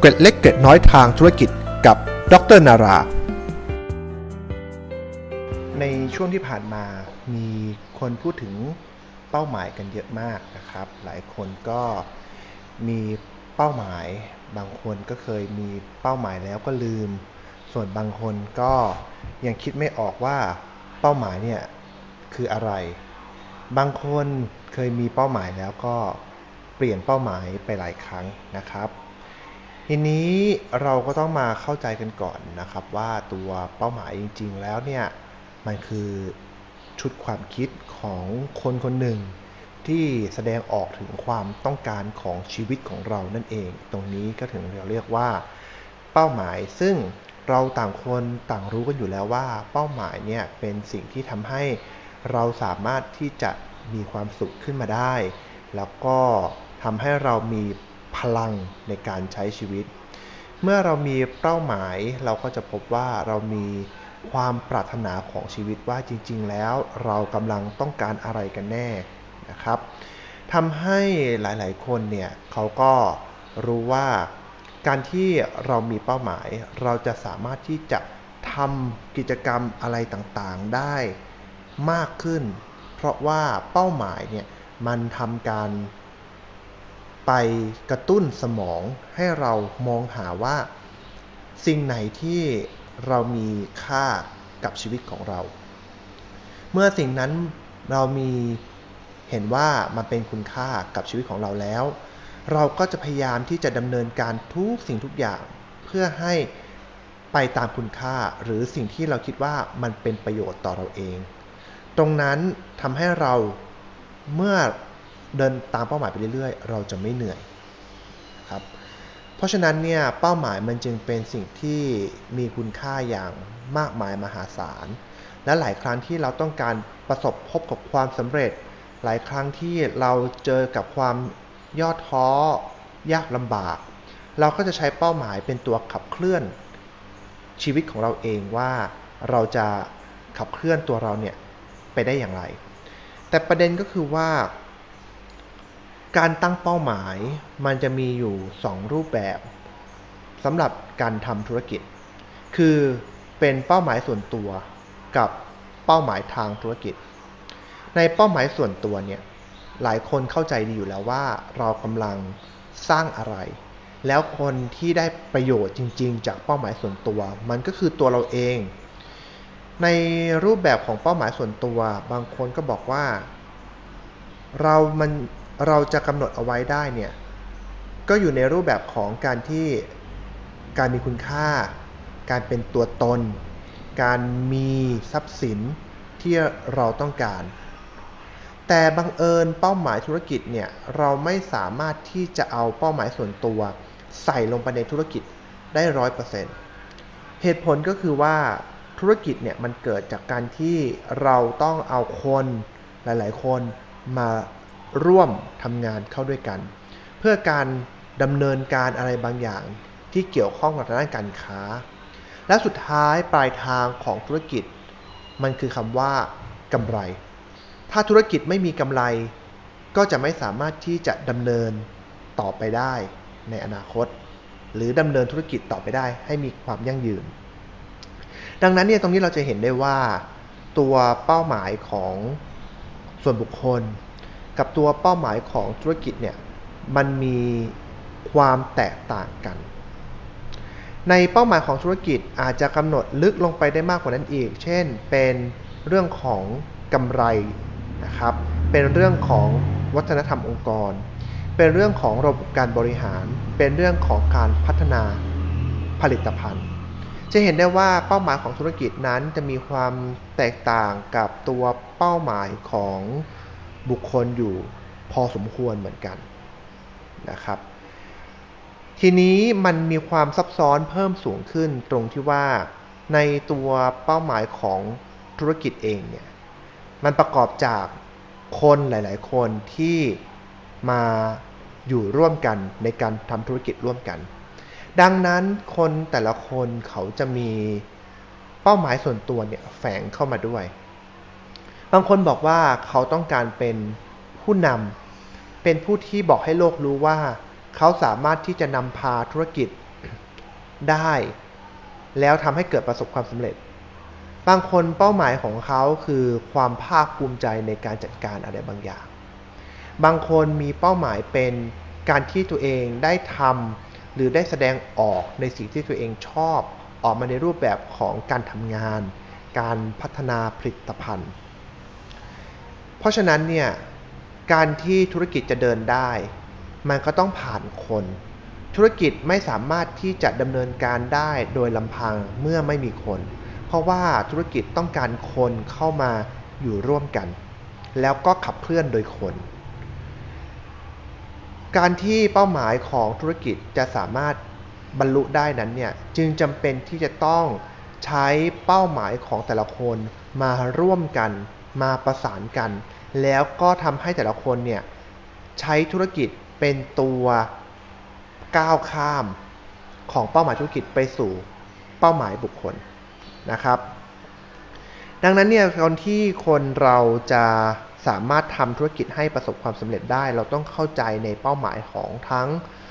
เกร็ดเล็กเกร็ดน้อยทางธุรกิจกับดร.นาราในช่วงที่ผ่านมามีคนพูดถึงเป้าหมายกันเยอะมากนะครับหลายคนก็มีเป้าหมายบางคนก็เคยมีเป้าหมายแล้วก็ลืมส่วนบางคนก็ยังคิดไม่ออกว่าเป้าหมายเนี่ยคืออะไรบางคนเคยมีเป้าหมายแล้วก็เปลี่ยนเป้าหมายไปหลายครั้งนะครับทีนี้เราก็ต้องมาเข้าใจกันก่อนนะครับว่าตัวเป้าหมายจริงๆแล้วเนี่ยมันคือชุดความคิดของคนคนหนึ่งที่แสดงออกถึงความต้องการของชีวิตของเรานั่นเองตรงนี้ก็ถึงเราเรียกว่าเป้าหมายซึ่งเราต่างคนต่างรู้กันอยู่แล้วว่าเป้าหมายเนี่ยเป็นสิ่งที่ทำให้เราสามารถที่จะมีความสุขขึ้นมาได้แล้วก็ทำให้เรามีพลังในการใช้ชีวิตเมื่อเรามีเป้าหมายเราก็จะพบว่าเรามีความปรารถนาของชีวิตว่าจริงๆแล้วเรากำลังต้องการอะไรกันแน่นะครับทำให้หลายๆคนเนี่ยเขาก็รู้ว่าการที่เรามีเป้าหมายเราจะสามารถที่จะทำกิจกรรมอะไรต่างๆได้มากขึ้นเพราะว่าเป้าหมายเนี่ยมันทำการไปกระตุ้นสมองให้เรามองหาว่าสิ่งไหนที่เรามีค่ากับชีวิตของเราเมื่อสิ่งนั้นเรามีเห็นว่ามันเป็นคุณค่ากับชีวิตของเราแล้วเราก็จะพยายามที่จะดำเนินการทุกสิ่งทุกอย่างเพื่อให้ไปตามคุณค่าหรือสิ่งที่เราคิดว่ามันเป็นประโยชน์ต่อเราเองตรงนั้นทำให้เราเมื่อเดินตามเป้าหมายไปเรื่อยๆเราจะไม่เหนื่อยครับเพราะฉะนั้นเนี่ยเป้าหมายมันจึงเป็นสิ่งที่มีคุณค่าอย่างมากมายมหาศาลและหลายครั้งที่เราต้องการพบกับความสำเร็จหลายครั้งที่เราเจอกับความย่อท้อยากลำบากเราก็จะใช้เป้าหมายเป็นตัวขับเคลื่อนชีวิตของเราเองว่าเราจะขับเคลื่อนตัวเราเนี่ยไปได้อย่างไรแต่ประเด็นก็คือว่าการตั้งเป้าหมายมันจะมีอยู่2รูปแบบสำหรับการทำธุรกิจคือเป็นเป้าหมายส่วนตัวกับเป้าหมายทางธุรกิจในเป้าหมายส่วนตัวเนี่ยหลายคนเข้าใจดีอยู่แล้วว่าเรากำลังสร้างอะไรแล้วคนที่ได้ประโยชน์จริงๆจากเป้าหมายส่วนตัวมันก็คือตัวเราเองในรูปแบบของเป้าหมายส่วนตัวบางคนก็บอกว่าเราจะกำหนดเอาไว้ได้เนี่ยก็อยู่ในรูปแบบของการมีคุณค่าการเป็นตัวตนการมีทรัพย์สินที่เราต้องการแต่บังเอิญเป้าหมายธุรกิจเนี่ยเราไม่สามารถที่จะเอาเป้าหมายส่วนตัวใส่ลงไปในธุรกิจได้ 100% เหตุผลก็คือว่าธุรกิจเนี่ยมันเกิดจากการที่เราต้องเอาคนหลายๆคนมาร่วมทำงานเข้าด้วยกันเพื่อการดำเนินการอะไรบางอย่างที่เกี่ยวข้องกับด้านการค้าและสุดท้ายปลายทางของธุรกิจมันคือคำว่ากำไรถ้าธุรกิจไม่มีกำไรก็จะไม่สามารถที่จะดำเนินต่อไปได้ในอนาคตหรือดำเนินธุรกิจต่อไปได้ให้มีความยั่งยืนดังนั้นเนี่ยตรงนี้เราจะเห็นได้ว่าตัวเป้าหมายของส่วนบุคคลกับตัวเป้าหมายของธุรกิจเนี่ยมันมีความแตกต่างกันในเป้าหมายของธุรกิจอาจจะกำหนดลึกลงไปได้มากกว่านั้นอีกเช่นเป็นเรื่องของกำไรนะครับเป็นเรื่องของวัฒนธรรมองค์กรเป็นเรื่องของระบบการบริหารเป็นเรื่องของการพัฒนาผลิตภัณฑ์จะเห็นได้ว่าเป้าหมายของธุรกิจนั้นจะมีความแตกต่างกับตัวเป้าหมายของบุคคลอยู่พอสมควรเหมือนกันนะครับทีนี้มันมีความซับซ้อนเพิ่มสูงขึ้นตรงที่ว่าในตัวเป้าหมายของธุรกิจเองเนี่ยมันประกอบจากคนหลายๆคนที่มาอยู่ร่วมกันในการทำธุรกิจร่วมกันดังนั้นคนแต่ละคนเขาจะมีเป้าหมายส่วนตัวเนี่ยแฝงเข้ามาด้วยบางคนบอกว่าเขาต้องการเป็นผู้นำเป็นผู้ที่บอกให้โลกรู้ว่าเขาสามารถที่จะนำพาธุรกิจได้แล้วทำให้เกิดประสบความสำเร็จบางคนเป้าหมายของเขาคือความภาคภูมิใจในการจัดการอะไรบางอย่างบางคนมีเป้าหมายเป็นการที่ตัวเองได้ทำหรือได้แสดงออกในสิ่งที่ตัวเองชอบออกมาในรูปแบบของการทำงานการพัฒนาผลิตภัณฑ์เพราะฉะนั้นเนี่ยการที่ธุรกิจจะเดินได้มันก็ต้องผ่านคนธุรกิจไม่สามารถที่จะดำเนินการได้โดยลำพังเมื่อไม่มีคนเพราะว่าธุรกิจต้องการคนเข้ามาอยู่ร่วมกันแล้วก็ขับเคลื่อนโดยคนการที่เป้าหมายของธุรกิจจะสามารถบรรลุได้นั้นเนี่ยจึงจำเป็นที่จะต้องใช้เป้าหมายของแต่ละคนมาร่วมกันมาประสานกันแล้วก็ทำให้แต่ละคนเนี่ยใช้ธุรกิจเป็นตัวก้าวข้ามของเป้าหมายธุรกิจไปสู่เป้าหมายบุคคลนะครับดังนั้นเนี่ยตอนที่คนเราจะสามารถทำธุรกิจให้ประสบความสำเร็จได้เราต้องเข้าใจในเป้าหมายของทั้ง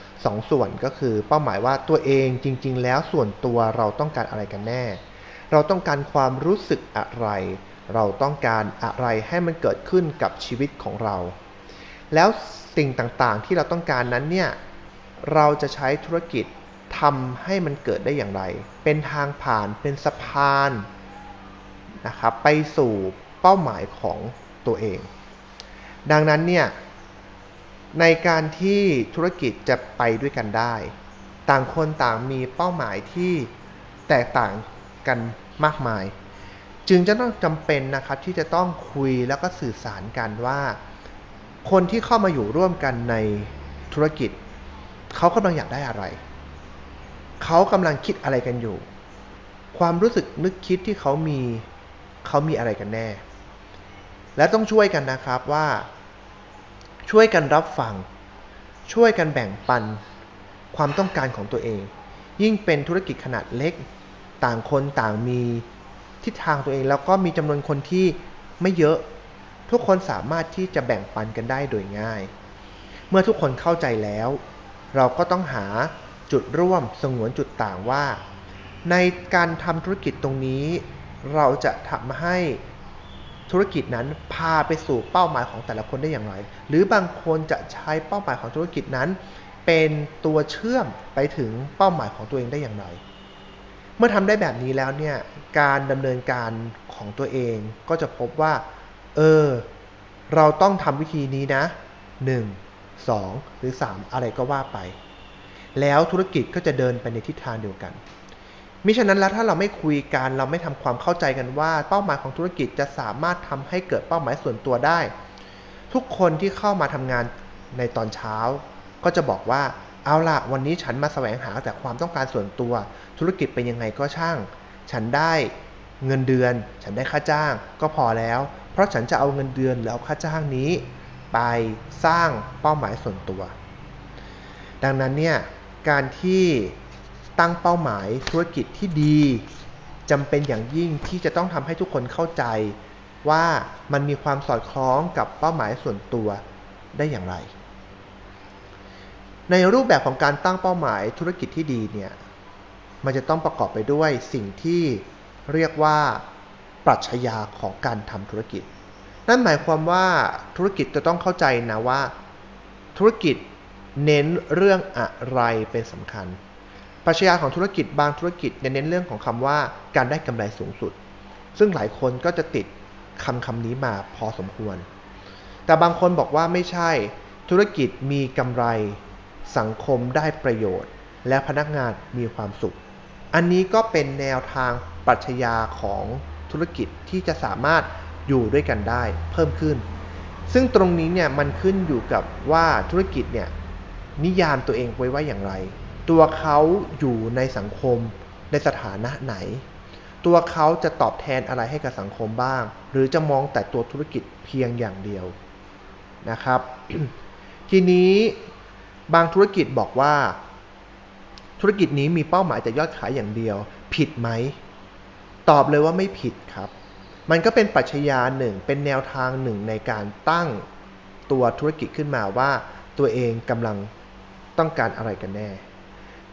2 ส่วนก็คือเป้าหมายว่าตัวเองจริงๆแล้วส่วนตัวเราต้องการอะไรกันแน่เราต้องการความรู้สึกอะไรเราต้องการอะไรให้มันเกิดขึ้นกับชีวิตของเราแล้วสิ่งต่างๆที่เราต้องการนั้นเนี่ยเราจะใช้ธุรกิจทำให้มันเกิดได้อย่างไรเป็นทางผ่านเป็นสะพานนะครับไปสู่เป้าหมายของตัวเองดังนั้นเนี่ยในการที่ธุรกิจจะไปด้วยกันได้ต่างคนต่างมีเป้าหมายที่แตกต่างกันมากมายจึงจะต้องจำเป็นนะครับที่จะต้องคุยแล้วก็สื่อสารกันว่าคนที่เข้ามาอยู่ร่วมกันในธุรกิจเขากำลังอยากได้อะไรเขากำลังคิดอะไรกันอยู่ความรู้สึกนึกคิดที่เขามีอะไรกันแน่และต้องช่วยกันนะครับว่าช่วยกันรับฟังช่วยกันแบ่งปันความต้องการของตัวเองยิ่งเป็นธุรกิจขนาดเล็กต่างคนต่างมีทิศทางตัวเองแล้วก็มีจำนวนคนที่ไม่เยอะทุกคนสามารถที่จะแบ่งปันกันได้โดยง่ายเมื่อทุกคนเข้าใจแล้วเราก็ต้องหาจุดร่วมสงวนจุดต่างว่าในการทำธุรกิจตรงนี้เราจะทำให้ธุรกิจนั้นพาไปสู่เป้าหมายของแต่ละคนได้อย่างไรหรือบางคนจะใช้เป้าหมายของธุรกิจนั้นเป็นตัวเชื่อมไปถึงเป้าหมายของตัวเองได้อย่างไรเมื่อทำได้แบบนี้แล้วเนี่ยการดำเนินการของตัวเองก็จะพบว่าเราต้องทำวิธีนี้นะ1 2หรือ3อะไรก็ว่าไปแล้วธุรกิจก็จะเดินไปในทิศทางเดียวกันมิฉะนั้นแล้วถ้าเราไม่คุยกันเราไม่ทำความเข้าใจกันว่าเป้าหมายของธุรกิจจะสามารถทำให้เกิดเป้าหมายส่วนตัวได้ทุกคนที่เข้ามาทำงานในตอนเช้าก็จะบอกว่าเอาล่ะวันนี้ฉันมาแสวงหาแต่ความต้องการส่วนตัวธุรกิจเป็นยังไงก็ช่างฉันได้เงินเดือนฉันได้ค่าจ้างก็พอแล้วเพราะฉันจะเอาเงินเดือนแล้วค่าจ้างนี้ไปสร้างเป้าหมายส่วนตัวดังนั้นเนี่ยการที่ตั้งเป้าหมายธุรกิจที่ดีจำเป็นอย่างยิ่งที่จะต้องทำให้ทุกคนเข้าใจว่ามันมีความสอดคล้องกับเป้าหมายส่วนตัวได้อย่างไรในรูปแบบของการตั้งเป้าหมายธุรกิจที่ดีเนี่ยมันจะต้องประกอบไปด้วยสิ่งที่เรียกว่าปรัชญาของการทำธุรกิจนั่นหมายความว่าธุรกิจจะต้องเข้าใจนะว่าธุรกิจเน้นเรื่องอะไรเป็นสำคัญปรัชญาของธุรกิจบางธุรกิจเน้นเรื่องของคำว่าการได้กำไรสูงสุดซึ่งหลายคนก็จะติดคำนี้มาพอสมควรแต่บางคนบอกว่าไม่ใช่ธุรกิจมีกำไรสังคมได้ประโยชน์และพนักงานมีความสุขอันนี้ก็เป็นแนวทางปรัชญาของธุรกิจที่จะสามารถอยู่ด้วยกันได้เพิ่มขึ้นซึ่งตรงนี้เนี่ยมันขึ้นอยู่กับว่าธุรกิจเนี่ยนิยามตัวเองไว้ว่าอย่างไรตัวเขาอยู่ในสังคมในสถานะไหนตัวเขาจะตอบแทนอะไรให้กับสังคมบ้างหรือจะมองแต่ตัวธุรกิจเพียงอย่างเดียวนะครับ ทีนี้บางธุรกิจบอกว่าธุรกิจนี้มีเป้าหมายแต่ยอดขายอย่างเดียวผิดไหมตอบเลยว่าไม่ผิดครับมันก็เป็นปรัชญาหนึ่งเป็นแนวทางหนึ่งในการตั้งตัวธุรกิจขึ้นมาว่าตัวเองกำลังต้องการอะไรกันแน่แต่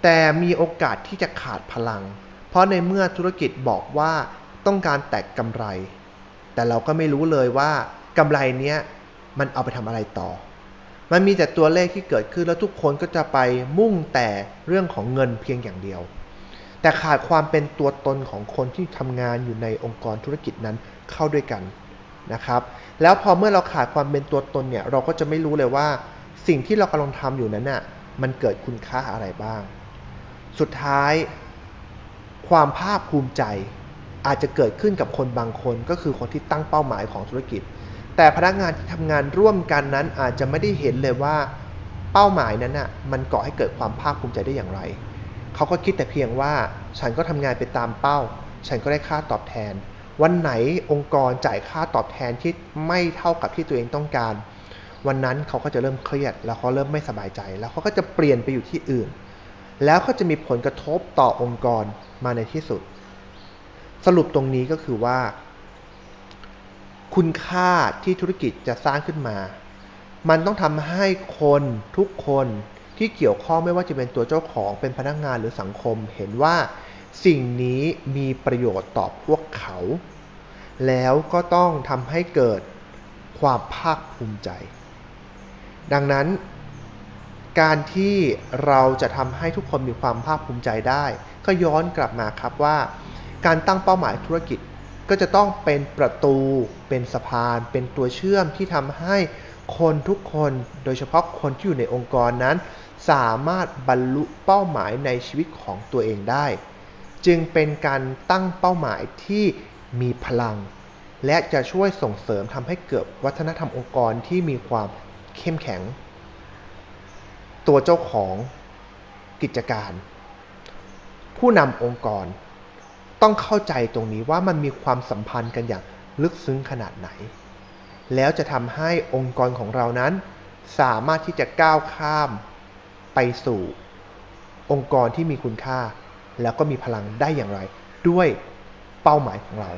แต่มีโอกาสที่จะขาดพลังเพราะในเมื่อธุรกิจบอกว่าต้องการแต่กำไรแต่เราก็ไม่รู้เลยว่ากำไรเนี้ยมันเอาไปทำอะไรต่อมันมีแต่ตัวเลขที่เกิดขึ้นแล้วทุกคนก็จะไปมุ่งแต่เรื่องของเงินเพียงอย่างเดียวแต่ขาดความเป็นตัวตนของคนที่ทำงานอยู่ในองค์กรธุรกิจนั้นเข้าด้วยกันนะครับแล้วพอเมื่อเราขาดความเป็นตัวตนเนี่ยเราก็จะไม่รู้เลยว่าสิ่งที่เรากำลังทำอยู่นั้นน่ะมันเกิดคุณค่าอะไรบ้างสุดท้ายความภาคภูมิใจอาจจะเกิดขึ้นกับคนบางคนก็คือคนที่ตั้งเป้าหมายของธุรกิจแต่พนักงานที่ทำงานร่วมกันนั้นอาจจะไม่ได้เห็นเลยว่าเป้าหมายนั้นน่ะมันก่อให้เกิดความภาคภูมิใจได้อย่างไรเขาก็คิดแต่เพียงว่าฉันก็ทำงานไปตามเป้าฉันก็ได้ค่าตอบแทนวันไหนองค์กรจ่ายค่าตอบแทนที่ไม่เท่ากับที่ตัวเองต้องการวันนั้นเขาก็จะเริ่มเครียดแล้วเขาเริ่มไม่สบายใจแล้วเขาก็จะเปลี่ยนไปอยู่ที่อื่นแล้วก็จะมีผลกระทบต่อองค์กรมาในที่สุดสรุปตรงนี้ก็คือว่าคุณค่าที่ธุรกิจจะสร้างขึ้นมามันต้องทำให้คนทุกคนที่เกี่ยวข้องไม่ว่าจะเป็นตัวเจ้าของเป็นพนักงานหรือสังคมเห็นว่าสิ่งนี้มีประโยชน์ต่อพวกเขาแล้วก็ต้องทำให้เกิดความภาคภูมิใจดังนั้นการที่เราจะทำให้ทุกคนมีความภาคภูมิใจได้ก็ย้อนกลับมาครับว่าการตั้งเป้าหมายธุรกิจก็จะต้องเป็นประตูเป็นสะพานเป็นตัวเชื่อมที่ทำให้คนทุกคนโดยเฉพาะคนที่อยู่ในองค์กรนั้นสามารถบรรลุเป้าหมายในชีวิตของตัวเองได้จึงเป็นการตั้งเป้าหมายที่มีพลังและจะช่วยส่งเสริมทำให้เกิดวัฒนธรรมองค์กรที่มีความเข้มแข็งตัวเจ้าของกิจการผู้นำองค์กรต้องเข้าใจตรงนี้ว่ามันมีความสัมพันธ์กันอย่างลึกซึ้งขนาดไหนแล้วจะทำให้องค์กรของเรานั้นสามารถที่จะก้าวข้ามไปสู่องค์กรที่มีคุณค่าแล้วก็มีพลังได้อย่างไรด้วยเป้าหมายของเรา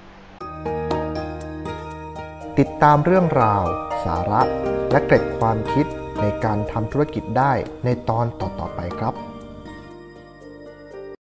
ติดตามเรื่องราวสาระและเกร็ดความคิดในการทำธุรกิจได้ในตอนต่อๆไปครับ